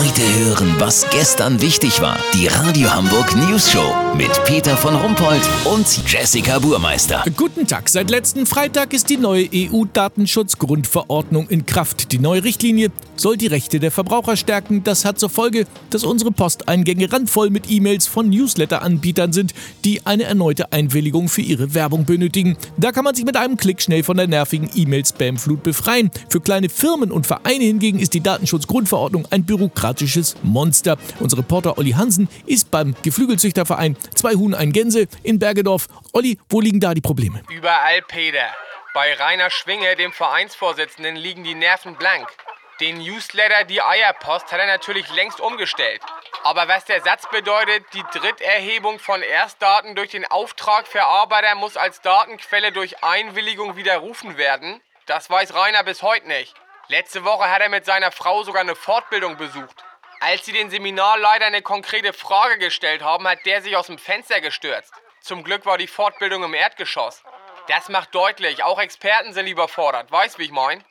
Heute hören, was gestern wichtig war. Die Radio Hamburg News Show mit Peter von Rumpold und Jessica Burmeister. Guten Tag. Seit letzten Freitag ist die neue EU-Datenschutzgrundverordnung in Kraft. Die neue Richtlinie soll die Rechte der Verbraucher stärken. Das hat zur Folge, dass unsere Posteingänge randvoll mit E-Mails von Newsletter-Anbietern sind, die eine erneute Einwilligung für ihre Werbung benötigen. Da kann man sich mit einem Klick schnell von der nervigen E-Mail-Spam-Flut befreien. Für kleine Firmen und Vereine hingegen ist die Datenschutzgrundverordnung ein bürokratisches Monster. Unser Reporter Olli Hansen ist beim Geflügelzüchterverein 2 Huhn, ein Gänse in Bergedorf. Olli, wo liegen da die Probleme? Überall, Peter. Bei Rainer Schwinge, dem Vereinsvorsitzenden, liegen die Nerven blank. Den Newsletter Die Eierpost hat er natürlich längst umgestellt. Aber was der Satz bedeutet, die Dritterhebung von Erstdaten durch den Auftragverarbeiter muss als Datenquelle durch Einwilligung widerrufen werden, das weiß Rainer bis heute nicht. Letzte Woche hat er mit seiner Frau sogar eine Fortbildung besucht. Als sie den Seminarleiter eine konkrete Frage gestellt haben, hat der sich aus dem Fenster gestürzt. Zum Glück war die Fortbildung im Erdgeschoss. Das macht deutlich, auch Experten sind überfordert. Weißt, wie ich mein?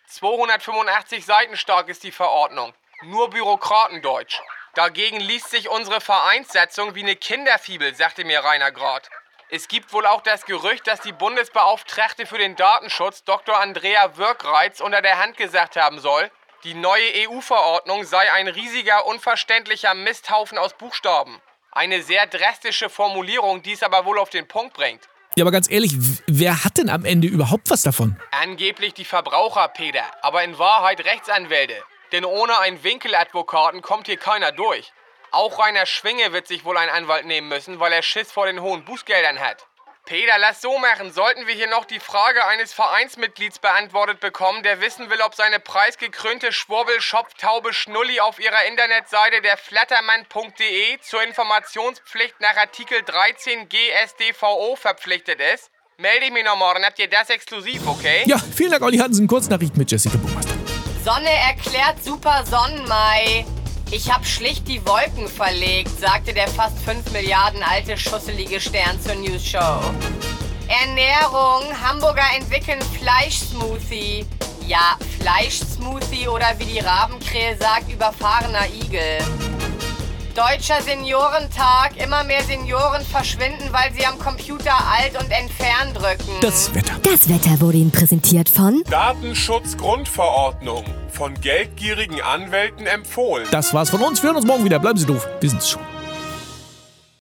285 Seiten stark ist die Verordnung. Nur Bürokratendeutsch. Dagegen liest sich unsere Vereinssatzung wie eine Kinderfibel, sagte mir Rainer grad. Es gibt wohl auch das Gerücht, dass die Bundesbeauftragte für den Datenschutz, Dr. Andrea Wirkreitz, unter der Hand gesagt haben soll, die neue EU-Verordnung sei ein riesiger, unverständlicher Misthaufen aus Buchstaben. Eine sehr drastische Formulierung, die es aber wohl auf den Punkt bringt. Ja, aber ganz ehrlich, wer hat denn am Ende überhaupt was davon? Angeblich die Verbraucher, Peter, aber in Wahrheit Rechtsanwälte. Denn ohne einen Winkeladvokaten kommt hier keiner durch. Auch Rainer Schwinge wird sich wohl einen Anwalt nehmen müssen, weil er Schiss vor den hohen Bußgeldern hat. Peter, lass so machen. Sollten wir hier noch die Frage eines Vereinsmitglieds beantwortet bekommen, der wissen will, ob seine preisgekrönte Schwurbel-Schopftaube Schnulli auf ihrer Internetseite der flattermann.de zur Informationspflicht nach Artikel 13 GSDVO verpflichtet ist, melde ich mich noch morgen. Habt ihr das exklusiv, okay? Ja, vielen Dank, Olli Hansen. Kurznachricht mit Jessica Burmeister. Sonne erklärt super Sonnenmai. Ich hab schlicht die Wolken verlegt, sagte der fast 5 Milliarden alte schusselige Stern zur News Show. Ernährung. Hamburger entwickeln Fleischsmoothie. Ja, Fleischsmoothie oder wie die Rabenkrähe sagt, überfahrener Igel. Deutscher Seniorentag. Immer mehr Senioren verschwinden, weil sie am Computer Alt und Entfernen drücken. Das Wetter. Das Wetter wurde Ihnen präsentiert von Datenschutzgrundverordnung. Von geldgierigen Anwälten empfohlen. Das war's von uns. Wir hören uns morgen wieder. Bleiben Sie doof. Wir sind's schon.